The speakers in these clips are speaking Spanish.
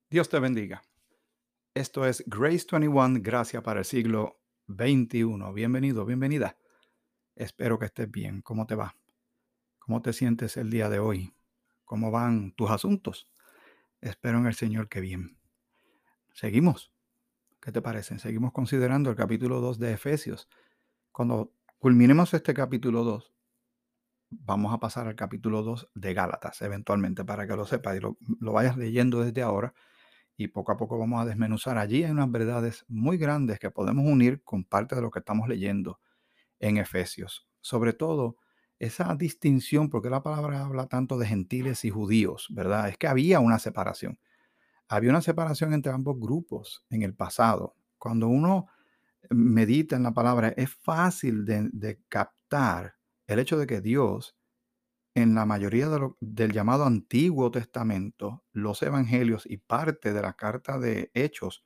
Dios te bendiga. Esto es Grace 21, Gracia para el siglo XXI. Bienvenido, bienvenida. Espero que estés bien. ¿Cómo te va? ¿Cómo te sientes el día de hoy? ¿Cómo van tus asuntos? Espero en el Señor que bien. Seguimos. ¿Qué te parece? Seguimos considerando el capítulo 2 de Efesios. Cuando culminemos este capítulo 2, vamos a pasar al capítulo 2 de Gálatas, eventualmente, para que lo sepas y lo vayas leyendo desde ahora. Y poco a poco vamos a desmenuzar. Allí hay unas verdades muy grandes que podemos unir con parte de lo que estamos leyendo en Efesios. Sobre todo, esa distinción, porque la palabra habla tanto de gentiles y judíos, ¿verdad? Es que había una separación. Había una separación entre ambos grupos en el pasado. Cuando uno medita en la palabra, es fácil de captar el hecho de que Dios, en la mayoría del llamado Antiguo Testamento, los evangelios y parte de la carta de Hechos,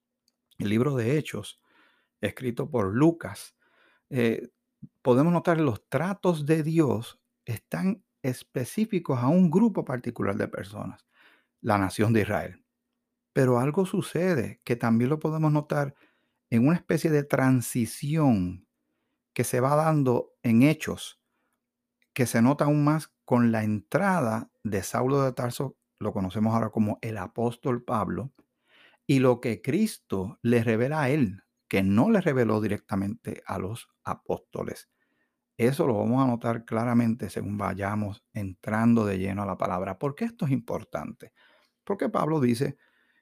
el libro de Hechos, escrito por Lucas, eh, podemos notar los tratos de Dios están específicos a un grupo particular de personas, la nación de Israel. Pero algo sucede que también lo podemos notar en una especie de transición que se va dando en Hechos, que se nota aún más con la entrada de Saulo de Tarso, lo conocemos ahora como el apóstol Pablo, y lo que Cristo le revela a él, que no le reveló directamente a los apóstoles. Eso lo vamos a notar claramente según vayamos entrando de lleno a la palabra. ¿Por qué esto es importante? Porque Pablo dice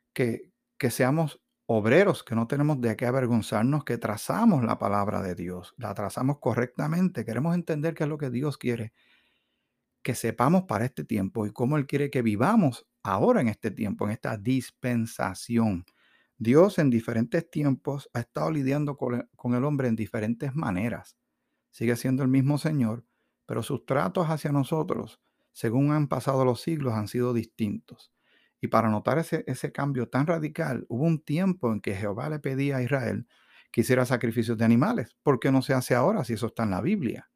que seamos obreros, que no tenemos de qué avergonzarnos, que trazamos la palabra de Dios, la trazamos correctamente, queremos entender qué es lo que Dios quiere que sepamos para este tiempo y cómo Él quiere que vivamos ahora en este tiempo, en esta dispensación. Dios en diferentes tiempos ha estado lidiando con el hombre en diferentes maneras. Sigue siendo el mismo Señor, pero sus tratos hacia nosotros, según han pasado los siglos, han sido distintos. Y para notar ese cambio tan radical, hubo un tiempo en que Jehová le pedía a Israel que hiciera sacrificios de animales. ¿Por qué no se hace ahora si eso está en la Biblia?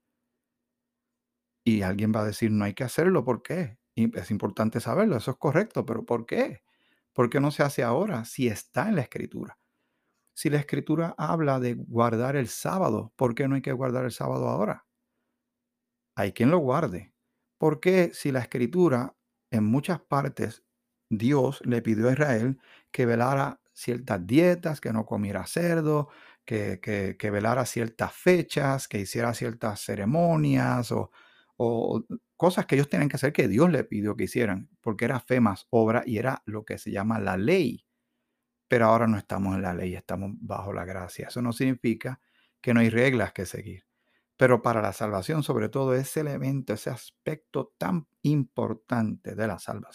Y alguien va a decir, no hay que hacerlo, ¿por qué? Y es importante saberlo, eso es correcto, pero ¿por qué? ¿Por qué no se hace ahora si está en la Escritura? Si la Escritura habla de guardar el sábado, ¿por qué no hay que guardar el sábado ahora? Hay quien lo guarde. ¿Por qué si la Escritura en muchas partes Dios le pidió a Israel que velara ciertas dietas, que no comiera cerdo, que velara ciertas fechas, que hiciera ciertas ceremonias o cosas que ellos tienen que hacer que Dios le pidió que hicieran, porque era fe más obra y era lo que se llama la ley? Pero ahora no estamos en la ley, estamos bajo la gracia. Eso no significa que no hay reglas que seguir. Pero para la salvación, sobre todo ese elemento, ese aspecto tan importante de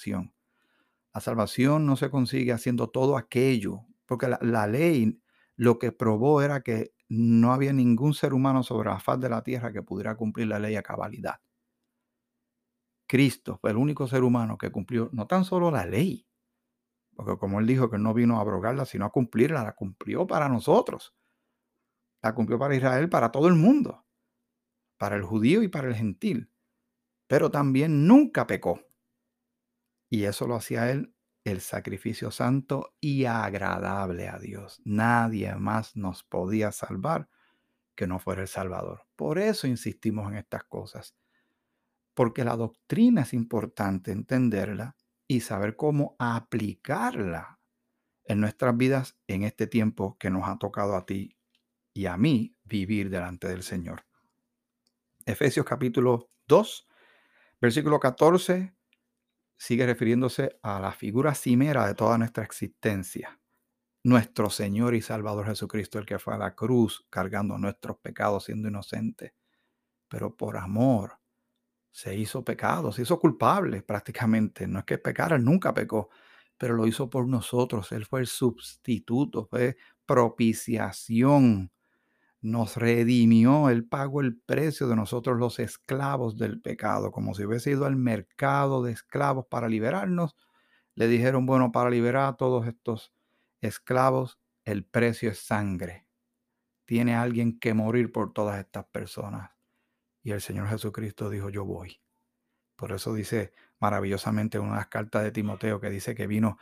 la salvación no se consigue haciendo todo aquello, porque la ley lo que probó era que no había ningún ser humano sobre la faz de la tierra que pudiera cumplir la ley a cabalidad. Cristo fue el único ser humano que cumplió no tan solo la ley, porque como él dijo que él no vino a abrogarla, sino a cumplirla, la cumplió para nosotros, la cumplió para Israel, para todo el mundo, para el judío y para el gentil, pero también nunca pecó. Y eso lo hacía él, el sacrificio santo y agradable a Dios. Nadie más nos podía salvar que no fuera el Salvador. Por eso insistimos en estas cosas, porque la doctrina es importante entenderla y saber cómo aplicarla en nuestras vidas en este tiempo que nos ha tocado a ti y a mí vivir delante del Señor. Efesios capítulo 2, versículo 14, sigue refiriéndose a la figura cimera de toda nuestra existencia. Nuestro Señor y Salvador Jesucristo, el que fue a la cruz cargando nuestros pecados siendo inocente, pero por amor se hizo pecado, se hizo culpable prácticamente. No es que pecara, él nunca pecó, pero lo hizo por nosotros. Él fue el sustituto, fue propiciación. Nos redimió, él pagó el precio de nosotros los esclavos del pecado, como si hubiese ido al mercado de esclavos para liberarnos. Le dijeron, bueno, para liberar a todos estos esclavos, el precio es sangre. Tiene alguien que morir por todas estas personas. Y el Señor Jesucristo dijo, yo voy. Por eso dice maravillosamente en una de las cartas de Timoteo que dice que vino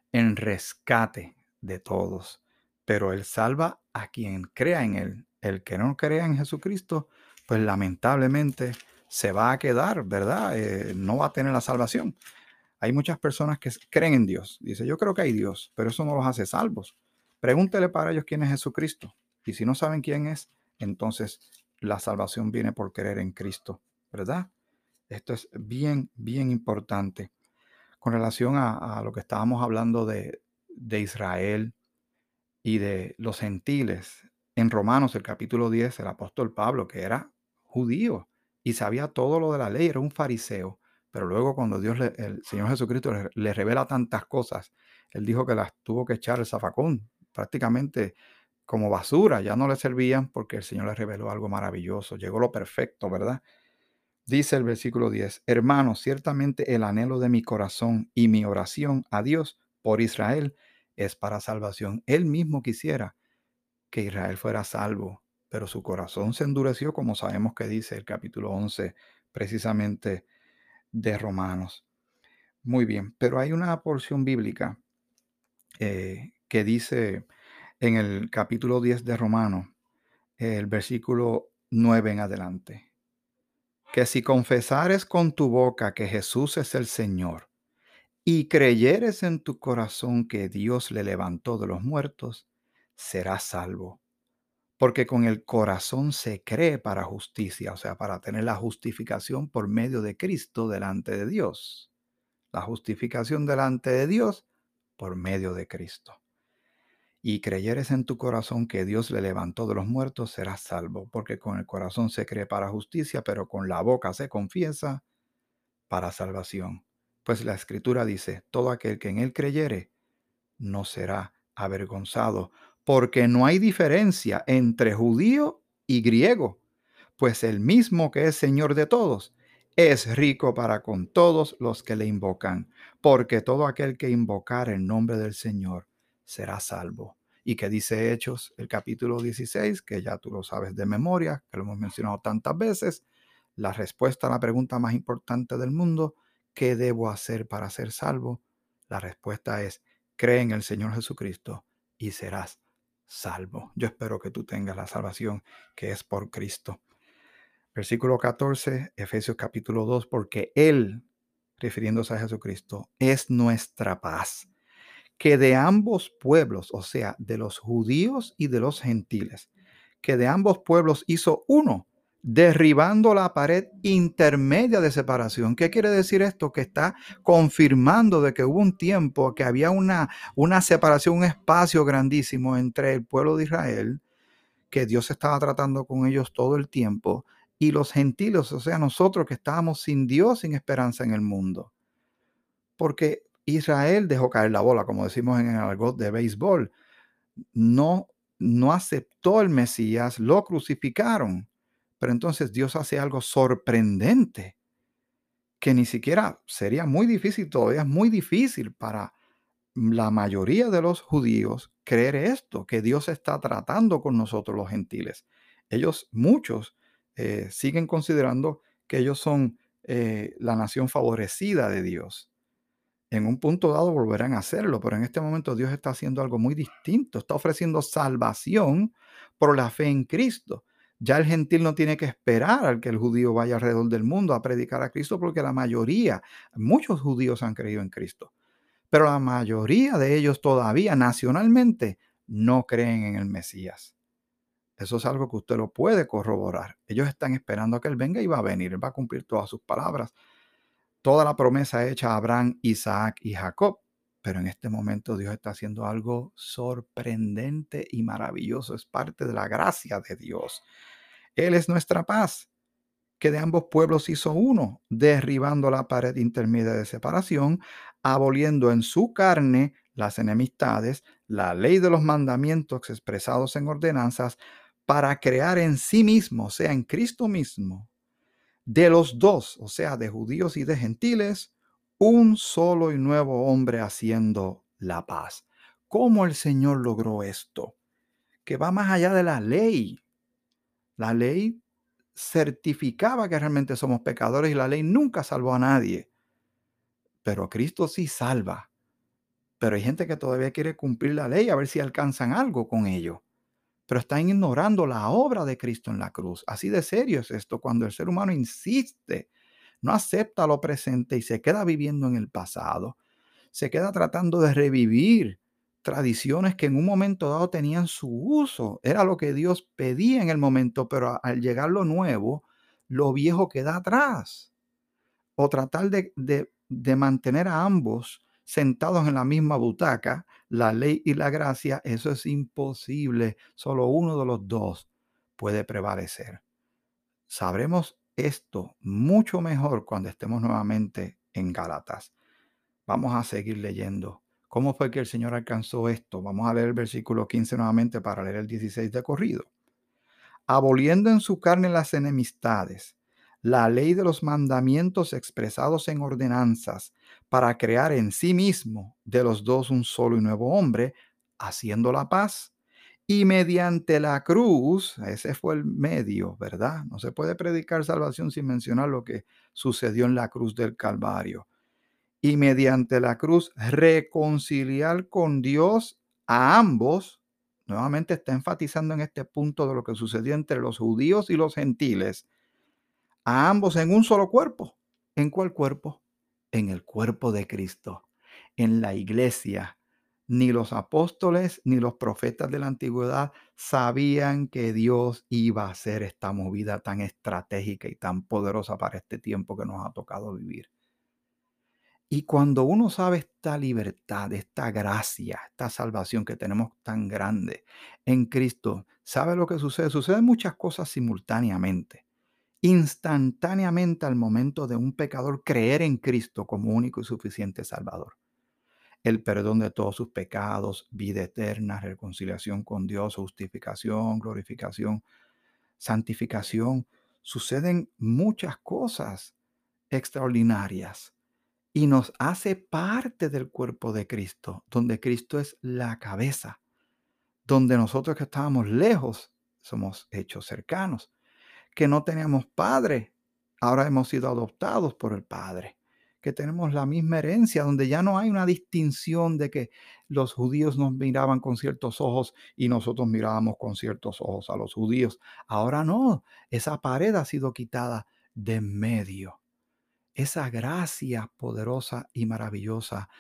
en rescate de todos, pero Él salva a quien crea en Él. El que no crea en Jesucristo, pues lamentablemente se va a quedar, ¿verdad? No va a tener la salvación. Hay muchas personas que creen en Dios. Dice, yo creo que hay Dios, pero eso no los hace salvos. Pregúntele para ellos quién es Jesucristo. Y si no saben quién es, entonces la salvación viene por creer en Cristo, ¿verdad? Esto es bien, bien importante. Con relación a lo que estábamos hablando de Israel y de los gentiles, en Romanos, el capítulo 10, el apóstol Pablo, que era judío y sabía todo lo de la ley, era un fariseo, pero luego cuando el Señor Jesucristo le revela tantas cosas, él dijo que las tuvo que echar el zafacón, prácticamente como basura, ya no le servían porque el Señor le reveló algo maravilloso, llegó lo perfecto, ¿verdad? Dice el versículo 10, hermanos, ciertamente el anhelo de mi corazón y mi oración a Dios por Israel es para salvación. Él mismo quisiera que Israel fuera salvo, pero su corazón se endureció, como sabemos que dice el capítulo 11, precisamente de Romanos. Muy bien, pero hay una porción bíblica que dice en el capítulo 10 de Romanos, el versículo 9 en adelante, que si confesares con tu boca que Jesús es el Señor y creyeres en tu corazón que Dios le levantó de los muertos, serás salvo. Porque con el corazón se cree para justicia, o sea, para tener la justificación por medio de Cristo delante de Dios. La justificación delante de Dios por medio de Cristo. Y creyeres en tu corazón que Dios le levantó de los muertos, serás salvo. Porque con el corazón se cree para justicia, pero con la boca se confiesa para salvación. Pues la Escritura dice, todo aquel que en él creyere no será avergonzado, porque no hay diferencia entre judío y griego, pues el mismo que es Señor de todos es rico para con todos los que le invocan, porque todo aquel que invocar el nombre del Señor será salvo. Y que dice Hechos, el capítulo 16, que ya tú lo sabes de memoria, que lo hemos mencionado tantas veces, la respuesta a la pregunta más importante del mundo, ¿qué debo hacer para ser salvo? La respuesta es, cree en el Señor Jesucristo y serás salvo. Yo espero que tú tengas la salvación que es por Cristo. Versículo 14, Efesios capítulo 2, porque Él, refiriéndose a Jesucristo, es nuestra paz, que de ambos pueblos, o sea, de los judíos y de los gentiles, que de ambos pueblos hizo uno, derribando la pared intermedia de separación. ¿Qué quiere decir esto? Que está confirmando de que hubo un tiempo que había una separación, un espacio grandísimo entre el pueblo de Israel, que Dios estaba tratando con ellos todo el tiempo, y los gentiles, o sea, nosotros que estábamos sin Dios, sin esperanza en el mundo. Porque Israel dejó caer la bola, como decimos en el argot de béisbol. No, no aceptó el Mesías, lo crucificaron. Pero entonces Dios hace algo sorprendente, que ni siquiera sería muy difícil, todavía es muy difícil para la mayoría de los judíos creer esto, que Dios está tratando con nosotros los gentiles. Ellos, muchos, siguen considerando que ellos son la nación favorecida de Dios. En un punto dado volverán a hacerlo, pero en este momento Dios está haciendo algo muy distinto. Está ofreciendo salvación por la fe en Cristo. Ya el gentil no tiene que esperar al que el judío vaya alrededor del mundo a predicar a Cristo, porque la mayoría, muchos judíos han creído en Cristo, pero la mayoría de ellos todavía nacionalmente no creen en el Mesías. Eso es algo que usted lo puede corroborar. Ellos están esperando a que Él venga y va a venir. Él va a cumplir todas sus palabras. Toda la promesa hecha a Abraham, Isaac y Jacob. Pero en este momento Dios está haciendo algo sorprendente y maravilloso. Es parte de la gracia de Dios. Él es nuestra paz, que de ambos pueblos hizo uno, derribando la pared intermedia de separación, aboliendo en su carne las enemistades, la ley de los mandamientos expresados en ordenanzas, para crear en sí mismo, o sea, en Cristo mismo, de los dos, o sea, de judíos y de gentiles, un solo y nuevo hombre haciendo la paz. ¿Cómo el Señor logró esto? Que va más allá de la ley. La ley certificaba que realmente somos pecadores y la ley nunca salvó a nadie. Pero Cristo sí salva. Pero hay gente que todavía quiere cumplir la ley a ver si alcanzan algo con ello. Pero están ignorando la obra de Cristo en la cruz. Así de serio es esto cuando el ser humano insiste, no acepta lo presente y se queda viviendo en el pasado, se queda tratando de revivir tradiciones que en un momento dado tenían su uso. Era lo que Dios pedía en el momento, pero al llegar lo nuevo, lo viejo queda atrás. O tratar de mantener a ambos sentados en la misma butaca, la ley y la gracia, eso es imposible. Solo uno de los dos puede prevalecer. Sabremos esto mucho mejor cuando estemos nuevamente en Gálatas. Vamos a seguir leyendo. ¿Cómo fue que el Señor alcanzó esto? Vamos a leer el versículo 15 nuevamente para leer el 16 de corrido. Aboliendo en su carne las enemistades, la ley de los mandamientos expresados en ordenanzas, para crear en sí mismo de los dos un solo y nuevo hombre, haciendo la paz. Y mediante la cruz, ese fue el medio, ¿verdad? No se puede predicar salvación sin mencionar lo que sucedió en la cruz del Calvario. Y mediante la cruz reconciliar con Dios a ambos. Nuevamente está enfatizando en este punto de lo que sucedió entre los judíos y los gentiles, a ambos en un solo cuerpo. ¿En cuál cuerpo? En el cuerpo de Cristo, en la iglesia. Ni los apóstoles ni los profetas de la antigüedad sabían que Dios iba a hacer esta movida tan estratégica y tan poderosa para este tiempo que nos ha tocado vivir. Y cuando uno sabe esta libertad, esta gracia, esta salvación que tenemos tan grande en Cristo, ¿sabe lo que sucede? Suceden muchas cosas simultáneamente. Instantáneamente al momento de un pecador creer en Cristo como único y suficiente Salvador. El perdón de todos sus pecados, vida eterna, reconciliación con Dios, justificación, glorificación, santificación. Suceden muchas cosas extraordinarias y nos hace parte del cuerpo de Cristo, donde Cristo es la cabeza, donde nosotros que estábamos lejos somos hechos cercanos, que no teníamos padre, ahora hemos sido adoptados por el Padre, que tenemos la misma herencia, donde ya no hay una distinción de que los judíos nos miraban con ciertos ojos y nosotros mirábamos con ciertos ojos a los judíos. Ahora no, esa pared ha sido quitada de en medio. Esa gracia poderosa y maravillosa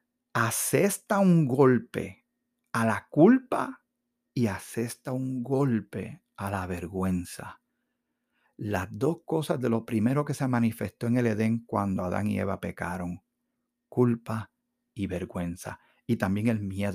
asesta un golpe a la culpa y asesta un golpe a la vergüenza. Las dos cosas de lo primero que se manifestó en el Edén cuando Adán y Eva pecaron: culpa y vergüenza. Y también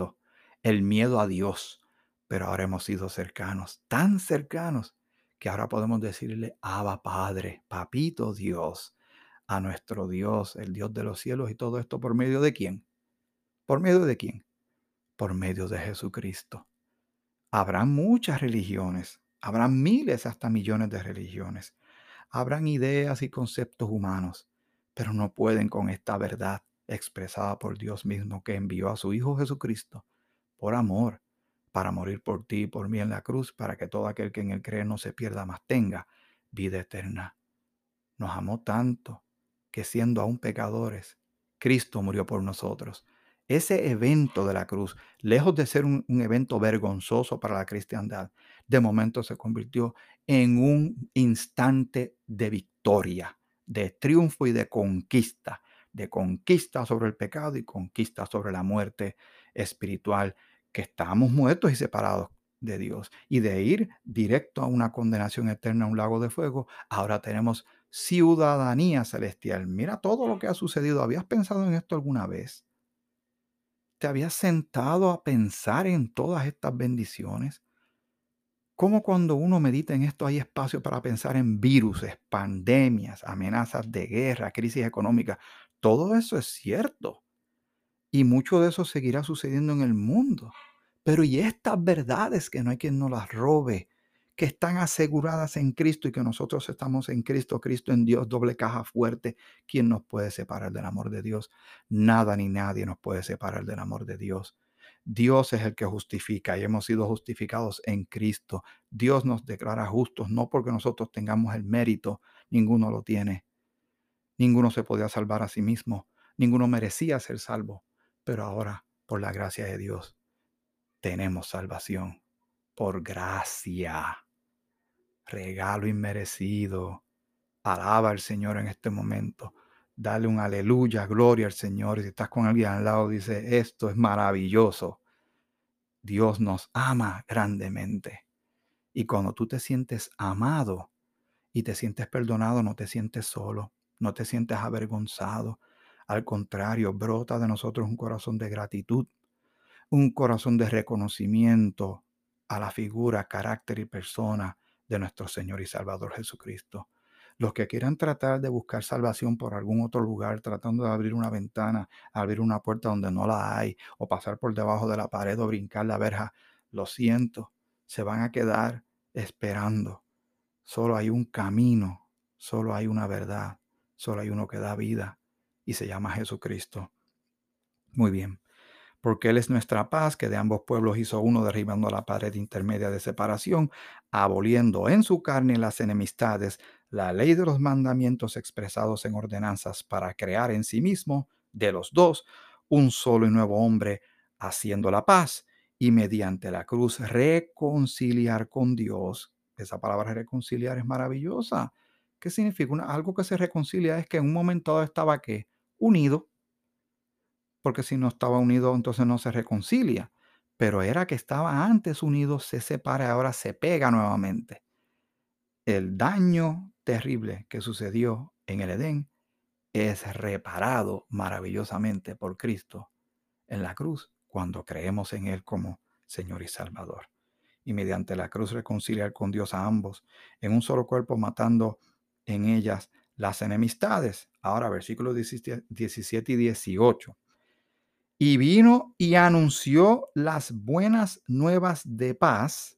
el miedo a Dios. Pero ahora hemos sido cercanos, tan cercanos, que ahora podemos decirle Abba Padre, Papito Dios, a nuestro Dios, el Dios de los cielos. Y todo esto ¿por medio de quién? ¿Por medio de quién? Por medio de Jesucristo. Habrán muchas religiones, habrán miles hasta millones de religiones, habrán ideas y conceptos humanos, pero no pueden con esta verdad expresada por Dios mismo, que envió a su Hijo Jesucristo por amor, para morir por ti y por mí en la cruz, para que todo aquel que en él cree no se pierda, mas tenga vida eterna. Nos amó tanto que, siendo aún pecadores, Cristo murió por nosotros. Ese evento de la cruz, lejos de ser un evento vergonzoso para la cristiandad, de momento se convirtió en un instante de victoria, de triunfo y de conquista sobre el pecado y conquista sobre la muerte espiritual, que estábamos muertos y separados de Dios. Y de ir directo a una condenación eterna, a un lago de fuego, ahora tenemos ciudadanía celestial. Mira todo lo que ha sucedido. ¿Habías pensado en esto alguna vez? ¿Te habías sentado a pensar en todas estas bendiciones? ¿Cómo cuando uno medita en esto hay espacio para pensar en virus, pandemias, amenazas de guerra, crisis económica? Todo eso es cierto. Y mucho de eso seguirá sucediendo en el mundo. Pero ¿y estas verdades que no hay quien nos las robe, que están aseguradas en Cristo y que nosotros estamos en Cristo, Cristo en Dios, doble caja fuerte? ¿Quién nos puede separar del amor de Dios? Nada ni nadie nos puede separar del amor de Dios. Dios es el que justifica y hemos sido justificados en Cristo. Dios nos declara justos, no porque nosotros tengamos el mérito, ninguno lo tiene. Ninguno se podía salvar a sí mismo, ninguno merecía ser salvo, pero ahora por la gracia de Dios, tenemos salvación. Por gracia, regalo inmerecido. Alaba al Señor en este momento. Dale un aleluya, gloria al Señor. Y si estás con alguien al lado, dice, esto es maravilloso. Dios nos ama grandemente. Y cuando tú te sientes amado y te sientes perdonado, no te sientes solo, no te sientes avergonzado. Al contrario, brota de nosotros un corazón de gratitud, un corazón de reconocimiento a la figura, carácter y persona de nuestro Señor y Salvador Jesucristo. Los que quieran tratar de buscar salvación por algún otro lugar, tratando de abrir una ventana, abrir una puerta donde no la hay, o pasar por debajo de la pared o brincar la verja, lo siento, se van a quedar esperando. Solo hay un camino, solo hay una verdad, solo hay uno que da vida y se llama Jesucristo. Muy bien. Porque Él es nuestra paz, que de ambos pueblos hizo uno, derribando la pared intermedia de separación, aboliendo en su carne las enemistades, la ley de los mandamientos expresados en ordenanzas, para crear en sí mismo, de los dos, un solo y nuevo hombre, haciendo la paz, y mediante la cruz reconciliar con Dios. Esa palabra reconciliar es maravillosa. ¿Qué significa? Algo que se reconcilia es que en un momento dado estaba ¿qué? Unido, porque si no estaba unido, entonces no se reconcilia. Pero era que estaba antes unido, se separa, ahora se pega nuevamente. El daño terrible que sucedió en el Edén es reparado maravillosamente por Cristo en la cruz cuando creemos en Él como Señor y Salvador. Y mediante la cruz reconciliar con Dios a ambos en un solo cuerpo, matando en ellas las enemistades. Ahora, versículos 17 y 18. Y vino y anunció las buenas nuevas de paz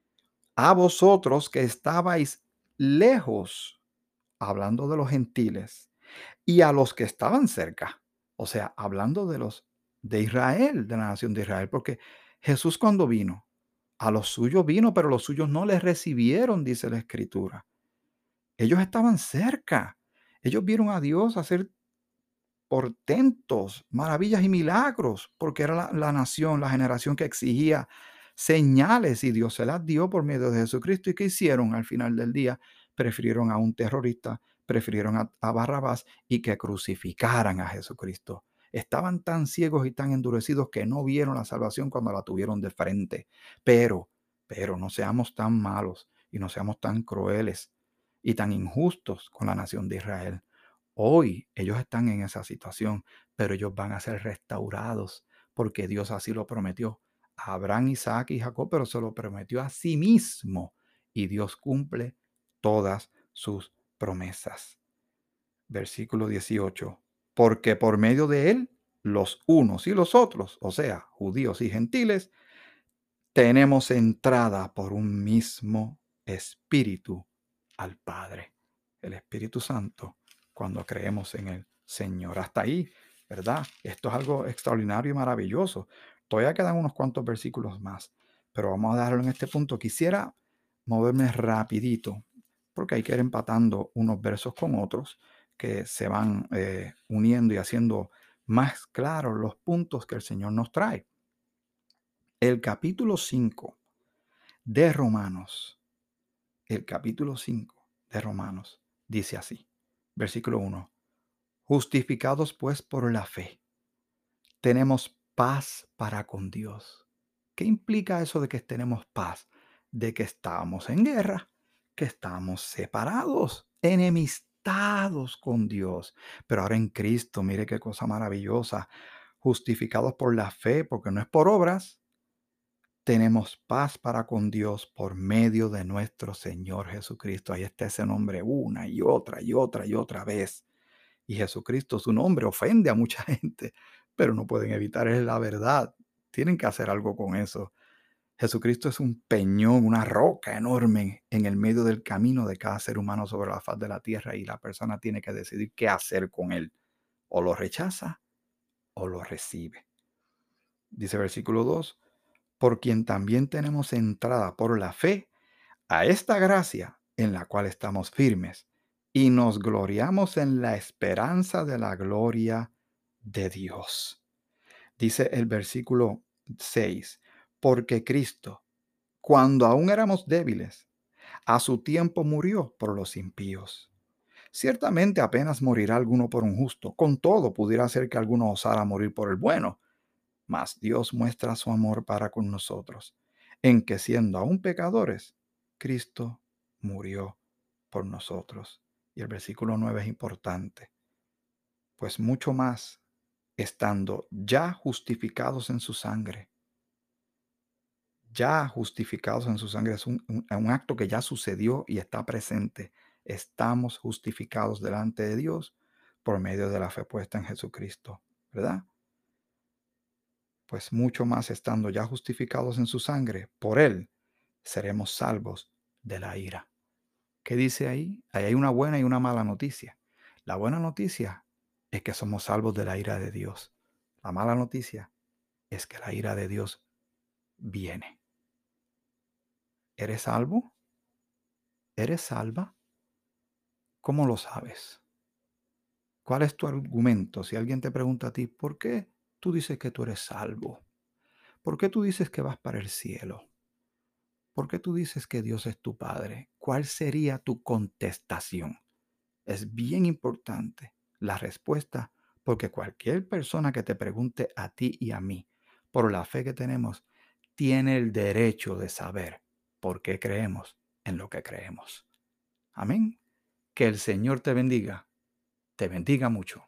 a vosotros que estabais lejos, hablando de los gentiles, y a los que estaban cerca. O sea, hablando de los de Israel, de la nación de Israel, porque Jesús cuando vino, a los suyos vino, pero los suyos no les recibieron, dice la Escritura. Ellos estaban cerca. Ellos vieron a Dios hacer portentos, maravillas y milagros, porque era la nación, la generación que exigía señales y Dios se las dio por medio de Jesucristo. ¿Y qué hicieron al final del día? Prefirieron a un terrorista, prefirieron a Barrabás y que crucificaran a Jesucristo. Estaban tan ciegos y tan endurecidos que no vieron la salvación cuando la tuvieron de frente. Pero no seamos tan malos y no seamos tan crueles y tan injustos con la nación de Israel. Hoy ellos están en esa situación, pero ellos van a ser restaurados porque Dios así lo prometió a Abraham, Isaac y Jacob, pero se lo prometió a sí mismo y Dios cumple todas sus promesas. Versículo 18. Porque por medio de él, los unos y los otros, o sea, judíos y gentiles, tenemos entrada por un mismo espíritu al Padre, el Espíritu Santo, cuando creemos en el Señor. Hasta ahí, ¿verdad? Esto es algo extraordinario y maravilloso. Todavía quedan unos cuantos versículos más, pero vamos a dejarlo en este punto. Quisiera moverme rapidito, porque hay que ir empatando unos versos con otros que se van uniendo y haciendo más claros los puntos que el Señor nos trae. El capítulo 5 de Romanos, el capítulo 5 de Romanos, dice así, versículo 1. Justificados pues por la fe, tenemos paz para con Dios. ¿Qué implica eso de que tenemos paz? De que estábamos en guerra, que estamos separados, enemistados con Dios. Pero ahora en Cristo, mire qué cosa maravillosa. Justificados por la fe, porque no es por obras, tenemos paz para con Dios por medio de nuestro Señor Jesucristo. Ahí está ese nombre una y otra y otra y otra vez. Y Jesucristo, su nombre ofende a mucha gente, pero no pueden evitar, es la verdad. Tienen que hacer algo con eso. Jesucristo es un peñón, una roca enorme en el medio del camino de cada ser humano sobre la faz de la tierra y la persona tiene que decidir qué hacer con él. O lo rechaza o lo recibe. Dice versículo 2. Por quien también tenemos entrada por la fe a esta gracia en la cual estamos firmes y nos gloriamos en la esperanza de la gloria de Dios. Dice el versículo 6, porque Cristo, cuando aún éramos débiles, a su tiempo murió por los impíos. Ciertamente apenas morirá alguno por un justo, con todo pudiera ser que alguno osara morir por el bueno, mas Dios muestra su amor para con nosotros, en que siendo aún pecadores, Cristo murió por nosotros. Y el versículo 9 es importante, pues mucho más, estando ya justificados en su sangre, ya justificados en su sangre, es un acto que ya sucedió y está presente. Estamos justificados delante de Dios por medio de la fe puesta en Jesucristo, ¿verdad? Pues mucho más estando ya justificados en su sangre, por él seremos salvos de la ira. ¿Qué dice ahí? Ahí hay una buena y una mala noticia. La buena noticia es que somos salvos de la ira de Dios. La mala noticia es que la ira de Dios viene. ¿Eres salvo? ¿Eres salva? ¿Cómo lo sabes? ¿Cuál es tu argumento? Si alguien te pregunta a ti, ¿por qué tú dices que tú eres salvo? ¿Por qué tú dices que vas para el cielo? ¿Por qué tú dices que Dios es tu Padre? ¿Cuál sería tu contestación? Es bien importante la respuesta, porque cualquier persona que te pregunte a ti y a mí por la fe que tenemos, tiene el derecho de saber por qué creemos en lo que creemos. Amén. Que el Señor te bendiga mucho.